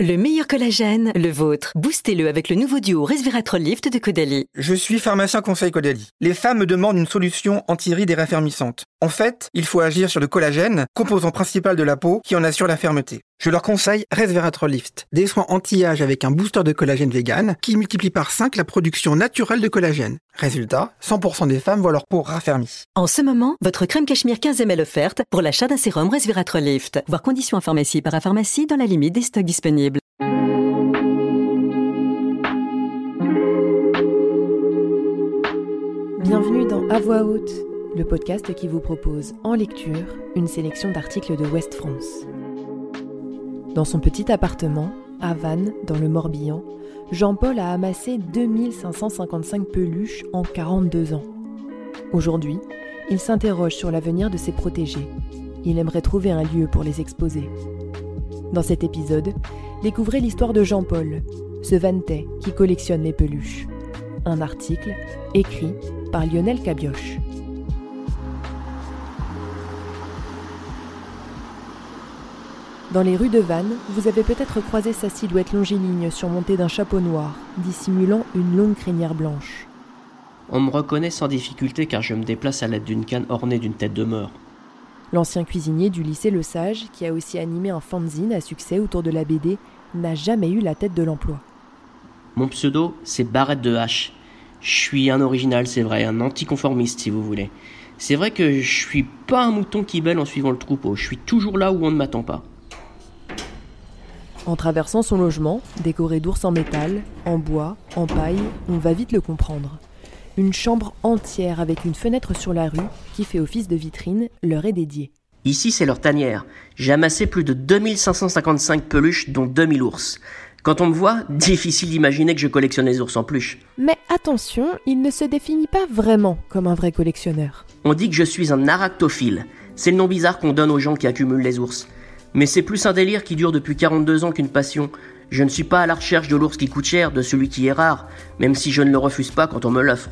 Le meilleur collagène, le vôtre. Boostez-le avec le nouveau duo Resveratrol Lift de Caudalie. Je suis pharmacien conseil Caudalie. Les femmes me demandent une solution anti-rides et raffermissante. En fait, il faut agir sur le collagène, composant principal de la peau qui en assure la fermeté. Je leur conseille Resveratrol Lift, des soins anti-âge avec un booster de collagène vegan qui multiplie par 5 la production naturelle de collagène. Résultat, 100% des femmes voient leur peau raffermie. En ce moment, votre crème cachemire 15 ml offerte pour l'achat d'un sérum Resveratrol Lift. Voir conditions en pharmacie et parapharmacie dans la limite des stocks disponibles. Bienvenue dans À voix haute, le podcast qui vous propose en lecture une sélection d'articles de Ouest France. Dans son petit appartement, à Vannes, dans le Morbihan, Jean-Paul a amassé 2555 peluches en 42 ans. Aujourd'hui, il s'interroge sur l'avenir de ses protégés. Il aimerait trouver un lieu pour les exposer. Dans cet épisode, découvrez l'histoire de Jean-Paul, ce Vannetais qui collectionne les peluches. Un article écrit par Lionel Cabioche. Dans les rues de Vannes, vous avez peut-être croisé sa silhouette longiligne surmontée d'un chapeau noir, dissimulant une longue crinière blanche. On me reconnaît sans difficulté car je me déplace à l'aide d'une canne ornée d'une tête de mort. L'ancien cuisinier du lycée Le Sage, qui a aussi animé un fanzine à succès autour de la BD, n'a jamais eu la tête de l'emploi. Mon pseudo, c'est Barrette de Hache. Je suis un original, c'est vrai, un anticonformiste si vous voulez. C'est vrai que je suis pas un mouton qui bêle en suivant le troupeau, je suis toujours là où on ne m'attend pas. En traversant son logement, décoré d'ours en métal, en bois, en paille, on va vite le comprendre. Une chambre entière avec une fenêtre sur la rue qui fait office de vitrine leur est dédiée. Ici, c'est leur tanière. J'ai amassé plus de 2555 peluches, dont 2000 ours. Quand on me voit, difficile d'imaginer que je collectionne les ours en peluche. Mais attention, il ne se définit pas vraiment comme un vrai collectionneur. On dit que je suis un arachtophile. C'est le nom bizarre qu'on donne aux gens qui accumulent les ours. Mais c'est plus un délire qui dure depuis 42 ans qu'une passion. Je ne suis pas à la recherche de l'ours qui coûte cher, de celui qui est rare, même si je ne le refuse pas quand on me l'offre.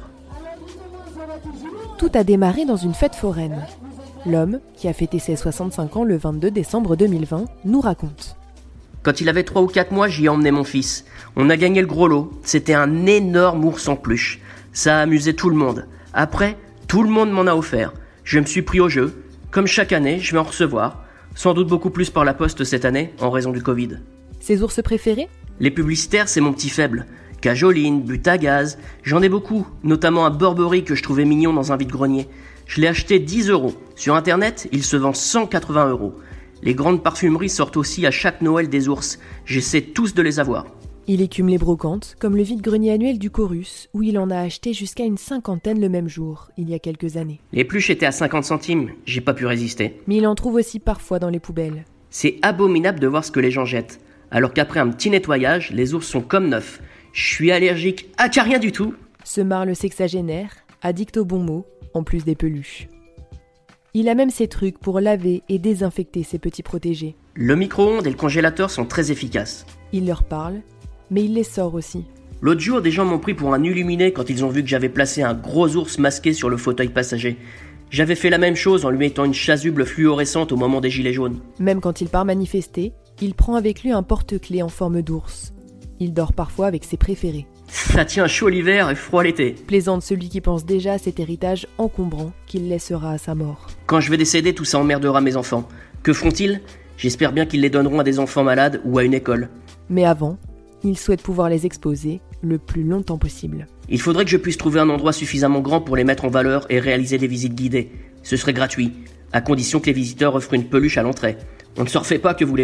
Tout a démarré dans une fête foraine. L'homme, qui a fêté ses 65 ans le 22 décembre 2020, nous raconte. Quand il avait 3 ou 4 mois, j'y ai emmené mon fils. On a gagné le gros lot. C'était un énorme ours en peluche. Ça a amusé tout le monde. Après, tout le monde m'en a offert. Je me suis pris au jeu. Comme chaque année, je vais en recevoir. Sans doute beaucoup plus par la poste cette année, en raison du Covid. Ses ours préférés ? Les publicitaires, c'est mon petit faible. Cajoline, but à gaz, j'en ai beaucoup, notamment un Burberry que je trouvais mignon dans un vide-grenier. Je l'ai acheté 10 €. Sur internet, il se vend 180 €. Les grandes parfumeries sortent aussi à chaque Noël des ours. J'essaie tous de les avoir. Il écume les brocantes, comme le vide-grenier annuel du Chorus, où il en a acheté jusqu'à une 50aine le même jour, il y a quelques années. Les peluches étaient à 50 centimes, j'ai pas pu résister. Mais il en trouve aussi parfois dans les poubelles. C'est abominable de voir ce que les gens jettent. Alors qu'après un petit nettoyage, les ours sont comme neufs. Je suis allergique à rien du tout. Se marre le sexagénaire, addict aux bons mots, en plus des peluches. Il a même ses trucs pour laver et désinfecter ses petits protégés. Le micro-ondes et le congélateur sont très efficaces. Il leur parle, mais il les sort aussi. L'autre jour, des gens m'ont pris pour un illuminé quand ils ont vu que j'avais placé un gros ours masqué sur le fauteuil passager. J'avais fait la même chose en lui mettant une chasuble fluorescente au moment des gilets jaunes. Même quand il part manifester, il prend avec lui un porte-clés en forme d'ours. Il dort parfois avec ses préférés. Ça tient chaud l'hiver et froid l'été. Plaisante celui qui pense déjà à cet héritage encombrant qu'il laissera à sa mort. Quand je vais décéder, tout ça emmerdera mes enfants. Que feront-ils ? J'espère bien qu'ils les donneront à des enfants malades ou à une école. Mais avant, il souhaite pouvoir les exposer le plus longtemps possible. Il faudrait que je puisse trouver un endroit suffisamment grand pour les mettre en valeur et réaliser des visites guidées. Ce serait gratuit, à condition que les visiteurs offrent une peluche à l'entrée. On ne se refait pas, que voulez-vous ?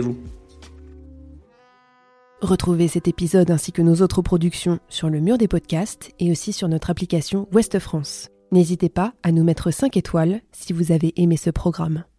Retrouvez cet épisode ainsi que nos autres productions sur le mur des podcasts et aussi sur notre application Ouest France. N'hésitez pas à nous mettre 5 étoiles si vous avez aimé ce programme.